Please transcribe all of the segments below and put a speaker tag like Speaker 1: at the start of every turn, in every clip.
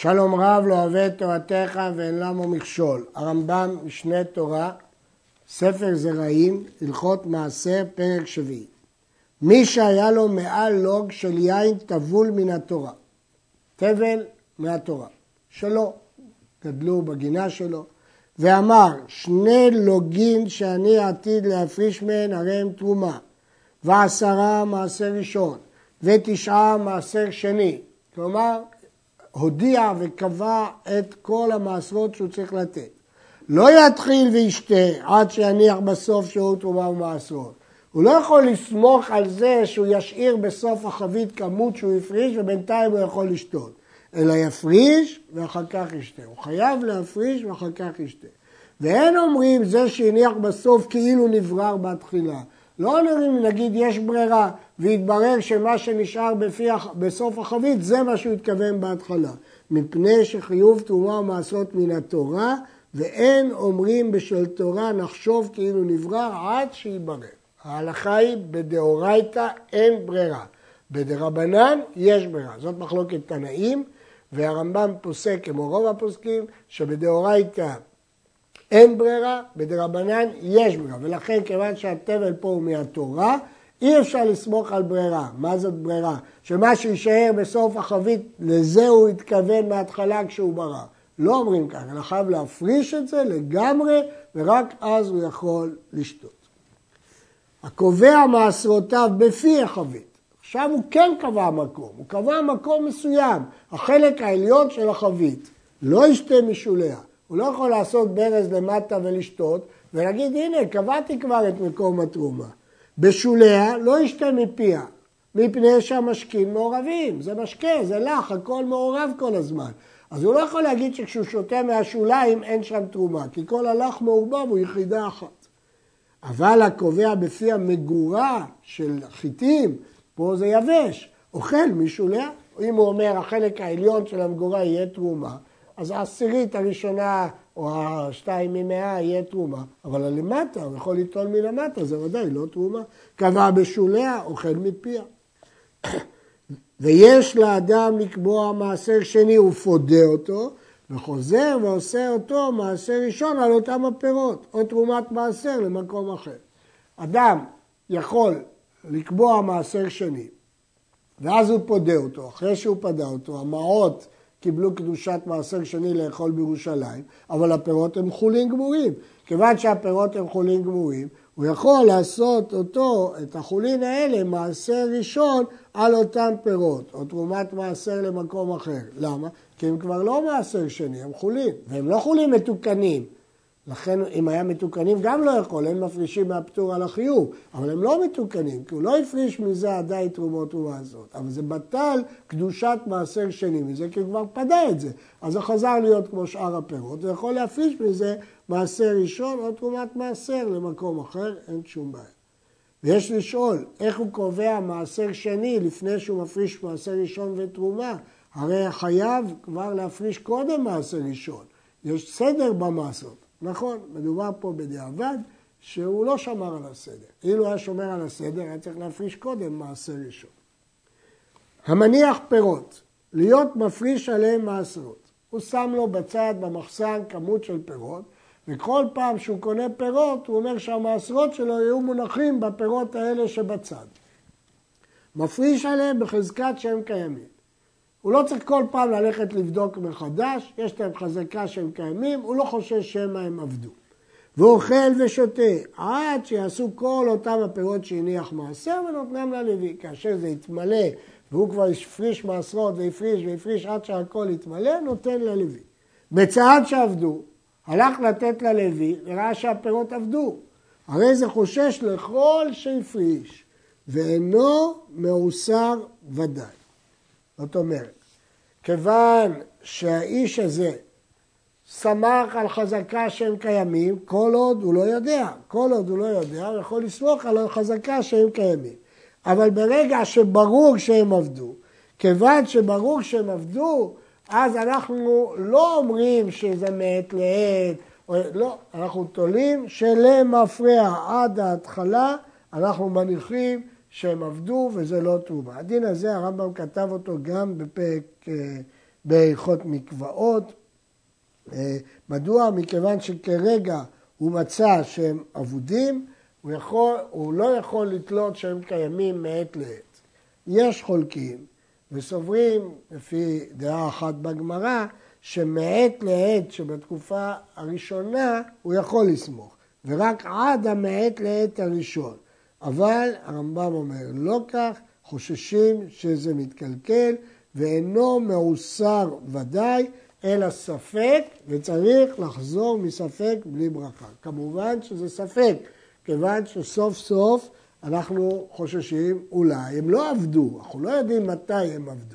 Speaker 1: שלום רב לא אוהב את תורתך ואין למו מכשול. הרמב"ם משנה תורה, ספר זרעים, הלכות מעשר, פרק שביעי. מי שהיה לו מעל לוג של יין טבול מן התורה, תבל מהתורה, שלו, גדלו בגינה שלו, ואמר, 2 לוגין שאני עתיד להפריש מהן הרי הם תרומה, ו10 מעשר ראשון, ו9 מעשר שני. כלומר, הודיע וקבע את כל המעשרות שהוא צריך לתת. לא יתחיל וישתה עד שיניח בסוף שהוא תרומה ומעשרות. הוא לא יכול לסמוך על זה שהוא ישאיר בסוף החבית כמות שהוא יפריש ובינתיים הוא יכול לשתות. אלא יפריש ואחר כך ישתה. הוא חייב להפריש ואחר כך ישתה. ואין אומרים זה שהניח בסוף כאילו נברר בתחילה. לא אומרים נגיד יש ברירה והתברר שמה שנשאר בסוף החבית זה מה שהוא התכוון בהתחלה. מפני שחיוב תרומה ומעשרות מן התורה ואין אומרים בשל תורה נחשוב כאילו נברר עד שיברר. ההלכה היא בדאורייתא אין ברירה. בדרבנן יש ברירה. זאת מחלוקת תנאים והרמב"ם פוסק כמו רוב הפוסקים שבדאורייתא אין ברירה, בדרבנן יש ברירה. ולכן כיוון שהתבל פה הוא מהתורה, אי אפשר לסמוך על ברירה. מה זאת ברירה? שמה שישאר בסוף החבית, לזה הוא התכוון מההתחלה כשהוא ברא. לא אומרים כך, אלא חייב להפריש את זה לגמרי, ורק אז הוא יכול לשתות. הקובע מעשרותיו בפי החבית. עכשיו הוא כן קבע מקום, הוא קבע מקום מסוים, החלק העליון של החבית. לא ישתה משוליה. הוא לא יכול לעשות ברז למטה ולשתות, ולהגיד הנה קבעתי כבר את מקום התרומה. בשוליה לא ישתה מפיה, מפני שהמשקים מעורבים. זה משקה, זה לח, הכל מעורב כל הזמן. אז הוא לא יכול להגיד שכשהוא שותה מהשוליים אין שם תרומה, כי כל הלח מעורבב הוא יחידה אחת. אבל הקובע בפי המגורה של חיטים, פה זה יבש, אוכל משוליה. אם הוא אומר החלק העליון של המגורה יהיה תרומה, אז העשירית הראשונה או השתיים ממאה יהיה תרומה, אבל למטה, הוא יכול ליטול מלמטה, זה ודאי לא תרומה. קבע בשוליה, אוכל מפיה. ויש לאדם לקבוע מעשר שני, הוא פודה אותו, וחוזר ועושה אותו מעשר ראשון על אותם הפירות, או תרומת מעשר למקום אחר. אדם יכול לקבוע מעשר שני, ואז הוא פודה אותו, אחרי שהוא פדה אותו, המעות קיבלו קדושת מעשר שני לאכול בירושלים, אבל הפירות הם חולין גמורים. כיוון שהפירות הם חולין גמורים, הוא יכול לעשות אותו, את החולין האלה, מעשר ראשון על אותם פירות, או תרומת מעשר למקום אחר. למה? כי הם כבר לא מעשר שני, הם חולין, והם לא חולין מתוקנים. לכן אם היה מתוקנים גם לא יכול, הם מפרישים מהפטור על החיוב, אבל הם לא מתוקנים, כי הוא לא הפריש מזה עדיין תרומות ומעשרות. אבל זה בטל קדושת מעשר שני מזה, כי הוא כבר פדה את זה. אז הוא חזר להיות כמו שאר הפירות, הוא יכול להפריש מזה מעשר ראשון או תרומת מעשר למקום אחר, אין שום בעיה. ויש לשאול, איך הוא קובע מעשר שני לפני שהוא מפריש מעשר ראשון ותרומה? הרי חייב כבר להפריש קודם מעשר ראשון. יש סדר במעשרות. נכון, מדובר פה בדיעבד שהוא לא שמר על הסדר. אילו היה שומר על הסדר, היה צריך להפריש קודם מעשר ראשון. המניח פירות, להיות מפריש עליהם מעשרות. הוא שם לו בצד במחסן כמות של פירות, וכל פעם שהוא קונה פירות, הוא אומר שהמעשרות שלו יהיו מונחים בפירות האלה שבצד. מפריש עליהם בחזקת שהם קיימים. הוא לא צריך כל פעם ללכת לבדוק מחדש, יש להם חזקה שהם קיימים, הוא לא חושש שמה הם עבדו. והוא אוכל ושותה עד שיעשו כל אותם הפירות שהניח מעשר ונותנם ללוי. כאשר זה יתמלא והוא כבר יפריש מעשרות ויפריש עד שהכל יתמלא, נותן ללוי. בצעד שעבדו, הלך לתת ללוי וראה שהפירות עבדו. הרי זה חושש לכל שיפריש ואינו מאוסר ודאי. זאת אומרת, כיוון שהאיש הזה שמח על חזקה שהם קיימים, כל עוד הוא לא יודע. כל עוד הוא לא יודע, הוא יכול לסמוך על החזקה שהם קיימים. אבל ברגע שברור שהם עבדו, כיוון שברור שהם עבדו, אז אנחנו לא אומרים שזה מעת לעת, לא, אנחנו תולים שלמפרע עד ההתחלה, אנחנו מניחים שהם עבדו וזה לא תרומה. הדין הזה הרמב"ם כתב אותו גם בפרק בהלכות מקוואות. מדוע? מכיוון שכרגע הוא מצא שהם אבודים, הוא לא יכול לתלות שהם קיימים מעת לעת. יש חולקים וסוברים, לפי דעה אחת בגמרא, שמעת לעת שבתקופה הראשונה הוא יכול לסמוך, ורק עד המעת לעת הראשון. אבל הרמב"ם אומר לא כך, חוששים שזה מתקלקל ואינו מאוסר ודאי, אלא ספק, וצריך לחזור מספק בלי ברכה. כמובן שזה ספק, כיוון שסוף סוף אנחנו חוששים אולי הם לא עבדו, אנחנו לא יודעים מתי הם עבדו.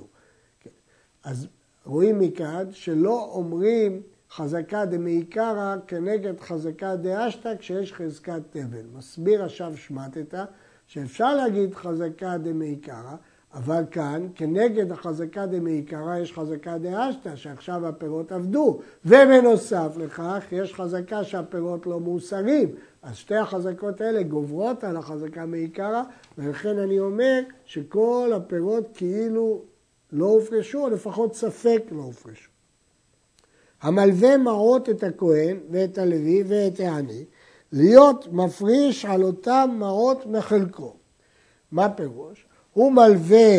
Speaker 1: אז רואים מכאן שלא אומרים חזקה דמעיקרא כנגד חזקה דאשתא כשיש חזקת תבן. מסביר עכשיו שמטתא שאפשר להגיד חזקה דמעיקרא, אבל כאן כנגד החזקה דמעיקרא יש חזקה דאשתא שעכשיו הפירות עבדו, ובנוסף לכך יש חזקה שהפירות לא מאוסרים. אז שתי החזקות האלה גוברות על החזקה מעיקרא, ולכן אני אומר שכל הפירות כאילו לא הופרשו, או לפחות ספק לא הופרשו. המלווה מעות את הכהן ואת הלוי ואת העני, להיות מפריש על אותם מעות מחלקו. מה פירוש? הוא מלווה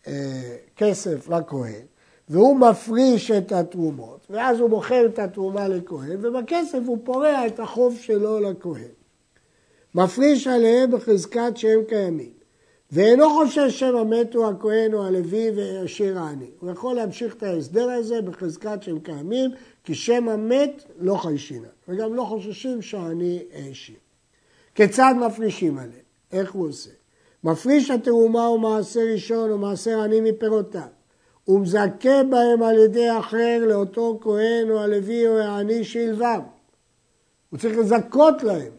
Speaker 1: כסף לכהן, והוא מפריש את התרומות, ואז הוא מוכר את התרומה לכהן, ובכסף הוא פורע את החוב שלו לכהן. מפריש עליהם בחזקת שהם קיימים, ואינו חושש שמא מתו הכהן או הלוי וישאיר העני. הוא יכול להמשיך את ההסדר הזה בחזקת שהם קיימים, כי שמא מת לא חיישינן, וגם לא חוששים שהעני השאיר. כיצד מפרישים עליהם? איך הוא עושה? מפריש התרומה הוא מעשר ראשון או מעשר עני מפירותיו. הוא מזכה בהם על ידי אחר לאותו כהן או הלוי או העני שילבם. הוא צריך לזכות להם,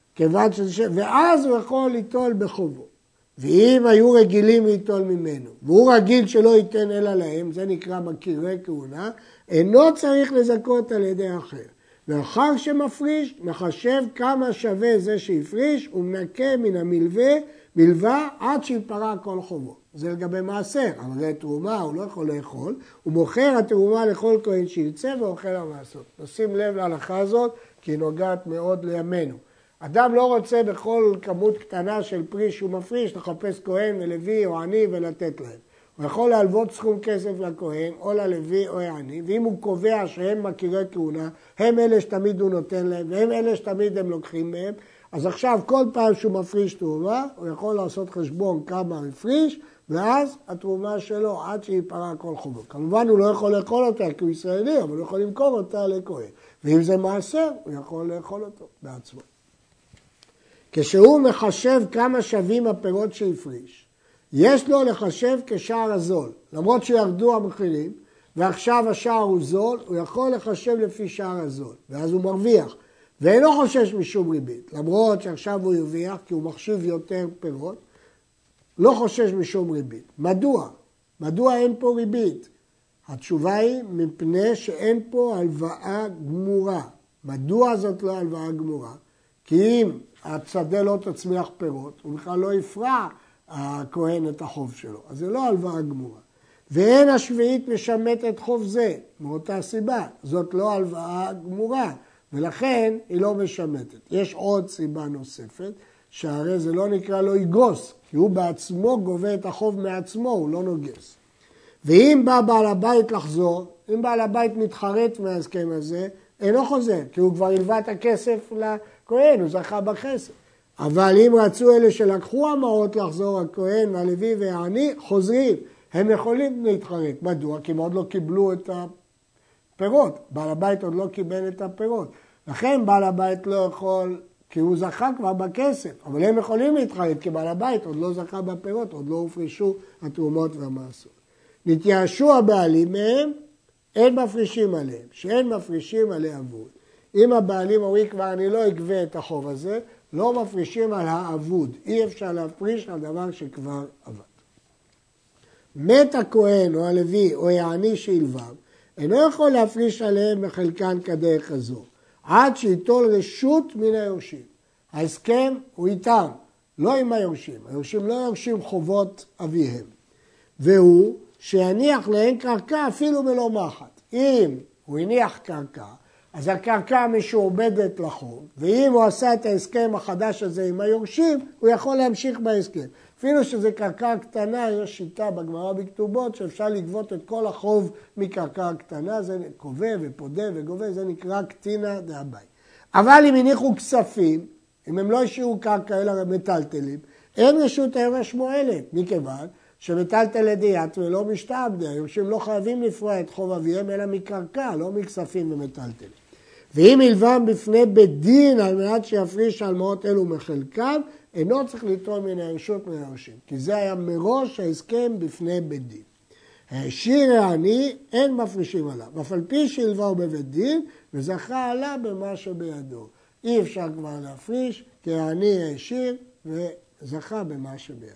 Speaker 1: ואז הוא יכול ליטול בחובו. ואם היו רגילים ליטול ממנו, והוא רגיל שלא ייתן אלא להם, זה נקרא מכירי כהונה, אינו צריך לזכות על ידי אחר. ואחר שמפריש, מחשב כמה שווה זה שהפריש, ומנקה מן המלווה עד שיפרע כל חובו. זה לגבי מעשר, אבל תרומה הוא לא יכול לאכול, הוא מוכר התרומה לכל כהן שירצה ואוכל המעשות. נשים לב להלכה הזאת, כי היא נוגעת מאוד לימינו. אדם לא רוצה בכל כמות קטנה של פרי שהוא מפריש, לחפש כהן ולוי או עני ולתת להם. הוא יכול להלוות סכום כסף לכהן או ללוי או העני, ואם הוא קובע שהם מכירי כהונה, הם אלה שתמיד הוא נותן להם, והם אלה שתמיד הם לוקחים מהם, אז עכשיו כל פעם שהוא מפריש תרומה, הוא יכול לעשות חשבון כמה הפריש, ואז התרומה שלו עד שיפרע כל חובו. כמובן הוא לא יכול לאכול אותה כי הוא ישראלי, אבל הוא יכול למכור אותה לכהן. ואם זה מעשר, הוא יכול לאכול אותו בעצמו. כשהוא מחשב כמה שווים הפירות שהפריש, יש לו לחשב כשער הזול. למרות שירדו המחירים, ועכשיו השער הוא זול, הוא יכול לחשב לפי שער הזול, ואז הוא מרוויח. ואינו חושש משום ריבית, למרות שעכשיו הוא ירוויח, כי הוא מחשיב יותר פירות, לא חושש משום ריבית. מדוע? מדוע אין פה ריבית? התשובה היא מפני שאין פה הלוואה גמורה. מדוע זאת לא הלוואה גמורה? כי אם השדה לא תצמיח פירות, הוא בכלל לא יפרע הכהן את החוב שלו. אז זה לא הלוואה גמורה. ואין השביעית משמטת חוב זה, מאותה סיבה. זאת לא הלוואה גמורה, ולכן היא לא משמטת. יש עוד סיבה נוספת, שהרי זה לא נקרא לו יגוס, כי הוא בעצמו גובה את החוב מעצמו, הוא לא נוגס. ואם בא בעל הבית לחזור, אם בעל הבית מתחרט מההסכם הזה, אינו חוזר, כי הוא כבר הלווה את הכסף לכהן, הוא זכה בכסף. אבל אם רצו אלה שלקחו המעות לחזור, הכהן והלוי והעני, חוזרים. הם יכולים להתחרט. מדוע? כי הם עוד לא קיבלו את הפירות. בעל הבית עוד לא קיבל את הפירות. לכן בעל הבית לא יכול, כי הוא זכה כבר בכסף. אבל הם יכולים להתחרט, כי בעל הבית עוד לא זכה בפירות, עוד לא הופרשו התרומות והמעשרות. נתייאשו הבעלים מהם, אין מפרישים עליהם. שאין מפרישים עלי אבוד. אם הבעלים אומרים כבר אני לא אגבה את החוב הזה, לא מפרישים על האבוד. אי אפשר להפריש על דבר שכבר עבד. מת הכהן או הלוי או העני שילבם, אינו יכול להפריש עליהם בחלקן כדרך הזו, עד שיטול רשות מן היורשים. ההסכם הוא איתם, לא עם היורשים. היורשים לא יורשים חובות אביהם. והוא שיניח להן קרקע אפילו בלא מחט. אם הוא הניח קרקע, אז הקרקע משועבדת לחוב, ואם הוא עשה את ההסכם החדש הזה עם היורשים, הוא יכול להמשיך בהסכם. אפילו שזה קרקע קטנה, יש שיטה בגמרא בכתובות שאפשר לגבות את כל החוב מקרקע קטנה, זה קובע ופודה וגובה, זה נקרא קטינא דאביי. אבל אם הניחו כספים, אם הם לא השאירו קרקע אלא מטלטלים, אין רשות היורש מועלת, מכיוון שמטלטלי דיית ולא משתעבדי, היורשים לא חייבים לפרוע את חוב אביהם אלא מקרקע, לא מכספים ומטלטלים. ואם הלוום בפני בית דין על מנת שיפריש על מעות אלו מחלקם, אינו צריך לתרום מן הרשות מן היורשים, כי זה היה מראש ההסכם בפני בית דין. העשיר העני אין מפרישים עליו, אף על פי שהלווהו בבית דין וזכה עליו במה שבידו. אי אפשר כבר להפריש, כי העני העשיר וזכה במה שבידו.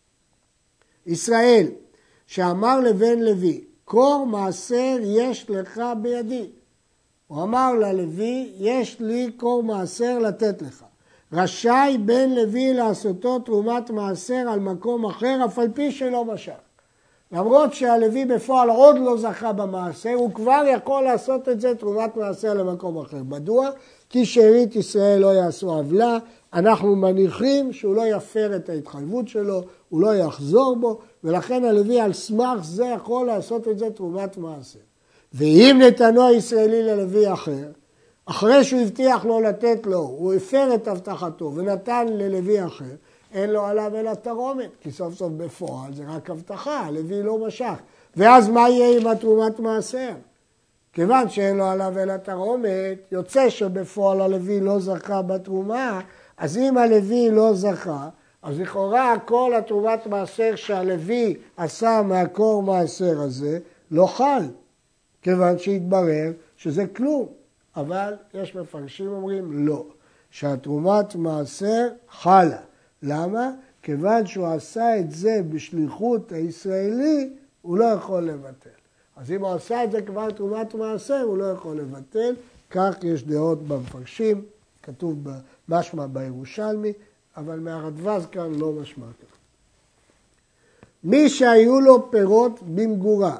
Speaker 1: ישראל, שאמר לבן לוי, קור מעשר יש לך בידי. הוא אמר ללוי, יש לי קור מעשר לתת לך. רשאי בן לוי לעשותו תרומת מעשר על מקום אחר, אף על פי שלא משך. למרות שהלוי בפועל עוד לא זכה במעשר, הוא כבר יכול לעשות את זה תרומת מעשר למקום אחר. מדוע? כי שארית ישראל לא יעשו עוולה, אנחנו מניחים שהוא לא יפר את ההתחייבות שלו, הוא לא יחזור בו, ולכן הלוי על סמך זה יכול לעשות את זה תרומת מעשר. ואם נתנו הישראלי ללוי אחר, אחרי שהוא הבטיח לו לתת לו, הוא הפר את הבטחתו ונתן ללוי אחר, אין לו עליו אלא תרומת, כי סוף סוף בפועל זה רק הבטחה, הלוי לא משך. ואז מה יהיה עם התרומת מעשר? כיוון שאין לו עליו אלא תרומת, יוצא שבפועל הלוי לא זכה בתרומה, אז אם הלוי לא זכה, אז לכאורה כל התרומת מעשר שהלוי עשה מהקור מעשר הזה לא חל, כיוון שהתברר שזה כלום. אבל יש מפרשים אומרים לא, שהתרומת מעשר חלה. למה? כיוון שהוא עשה את זה בשליחות הישראלי, הוא לא יכול לבטל. אז אם הוא עשה את זה כבר תרומת מעשר, הוא לא יכול לבטל. כך יש דעות במפרשים, כתוב משמע בירושלמי, אבל מהרדב"ז כאן לא משמע כך. מי שהיו לו פירות במגורה,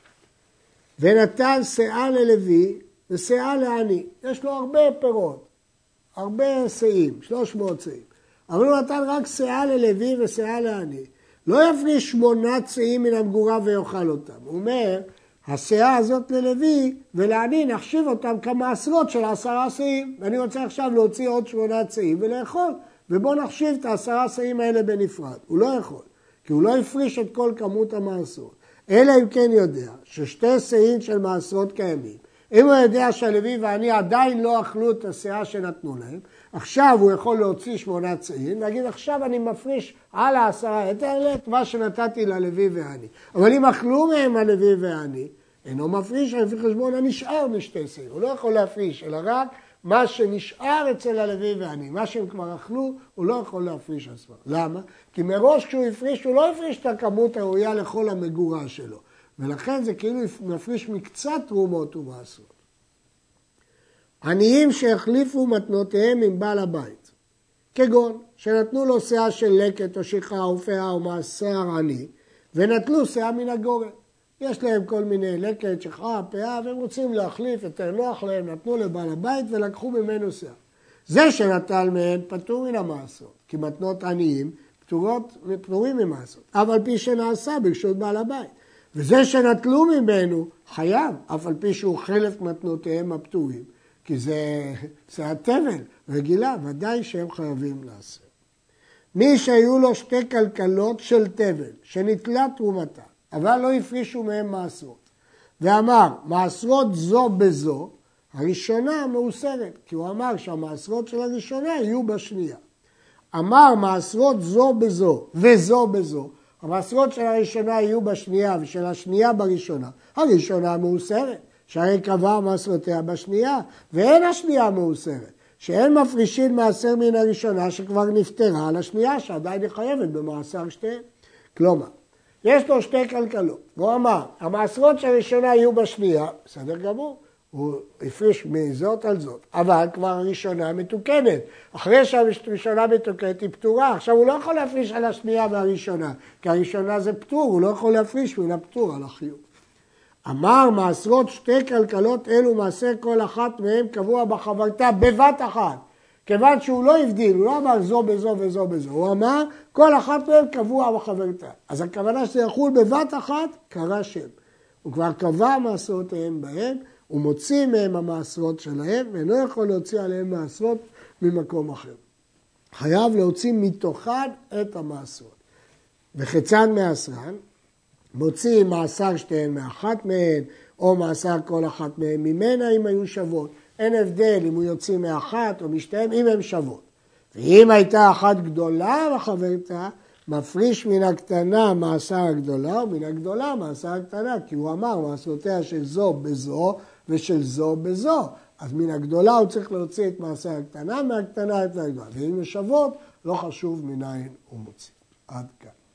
Speaker 1: ונתן שאה ללוי ושאה לעני, יש לו הרבה פירות, הרבה שאים, 300 שאים. אבל הוא נתן רק שאה ללוי ושאה לעני. לא יפריש 8 שאים מן המגורה ויאכל אותם. הוא אומר, השאה הזאת ללוי ולעני נחשיב אותם כמה עשרות של 10 שאים. ואני רוצה עכשיו להוציא עוד 8 שאים ולאכול. ובוא נחשיב את 10 שאים האלה בנפרד. הוא לא יכול, כי הוא לא הפריש את כל כמות המעשרות. אלא אם כן יודע ששתי שאים של מעשרות קיימים. אם הוא יודע שהלוי ואני עדיין לא אכלו את השאה שנתנו להם, עכשיו הוא יכול להוציא 8 שאים, להגיד עכשיו אני מפריש על 10 האלה את מה שנתתי ללוי ואני. אבל אם אכלו מהם הלוי ואני, אינו מפריש לפי חשבון הנשאר משתי שאים. הוא לא יכול להפריש, אלא רק מה שנשאר אצל הלוי ואני. מה שהם כבר אכלו, הוא לא יכול להפריש עצמם. למה? כי מראש כשהוא הפריש, הוא לא הפריש את הכמות הראויה לכל המגורה שלו. ולכן זה כאילו מפריש מקצת תרומות ומעשרות. עניים שהחליפו מתנותיהם עם בעל הבית, כגון שנתנו לו שאה של לקט או שכחה או פאה או מעשר עני, ונטלו שאה מן הגורן. יש להם כל מיני לקט, שכחה, פאה, והם רוצים להחליף, יותר נוח להם, נתנו לבעל הבית ולקחו ממנו שאה. זה שנטל מהן פטור מן המעשרות, כי מתנות עניים פטורים ממעשרות, אף על פי שנעשה ברשות בעל הבית. וזה שנטלו ממנו חייב, אף על פי שהוא חלף מתנותיהם הפטורים, כי זה התבל רגילה, ודאי שהם חייבים לעשות. מי שהיו לו 2 כלכלות של תבל, שנטלה תרומתה, אבל לא הפרישו מהם מעשרות, ואמר, מעשרות זו בזו, הראשונה מאוסרת, כי הוא אמר שהמעשרות של הראשונה יהיו בשנייה. אמר, מעשרות זו בזו וזו בזו, המעשרות של הראשונה יהיו בשנייה ושל השנייה בראשונה. הראשונה מאוסרת, שהרי קבע מעשרותיה בשנייה, ואין השנייה מאוסרת, שאין מפרישים מעשר מן הראשונה שכבר נפטרה על השנייה, שעדיין היא חייבת במעשר שתיהן. כלומר, יש לו 2 כלכלות, והוא אמר, המעשרות של הראשונה יהיו בשנייה, בסדר גמור, הוא הפריש מזאת על זאת, אבל כבר הראשונה מתוקנת. אחרי שהראשונה מתוקנת היא פטורה, עכשיו הוא לא יכול להפריש על השנייה מהראשונה, כי הראשונה זה פטור, הוא לא יכול להפריש מן הפטור על החיוב. אמר מעשרות שתי כלכלות אלו מעשר כל אחת מהם קבוע בחברתה בבת אחת. כיוון שהוא לא הבדיל, הוא לא אמר זו בזו וזו בזו, הוא אמר כל אחת מהם קבוע בחברתה. אז הכוונה שזה יחול בבת אחת, קרא שם. הוא כבר קבע מעשרותיהם בהם, הוא מוציא מהם המעשרות שלהם, ואינו יכול להוציא עליהם מעשרות ממקום אחר. חייב להוציא מתוכן את המעשרות. וחצן מעשרן, מוציא מעשר שתיהן מאחת מהן, או מעשר כל אחת מהן ממנה אם היו שוות. אין הבדל אם הוא יוציא מאחת או משתיהן, אם הן שוות. ואם הייתה אחת גדולה בחברתה, מפריש מן הקטנה מעשר הגדולה, ומן הגדולה מעשר הקטנה, כי הוא אמר מעשרותיה של זו בזו ושל זו בזו. אז מן הגדולה הוא צריך להוציא את מעשר הקטנה, מהקטנה את הגדולה. ואם הן שוות, לא חשוב מניין הוא מוציא. עד כאן.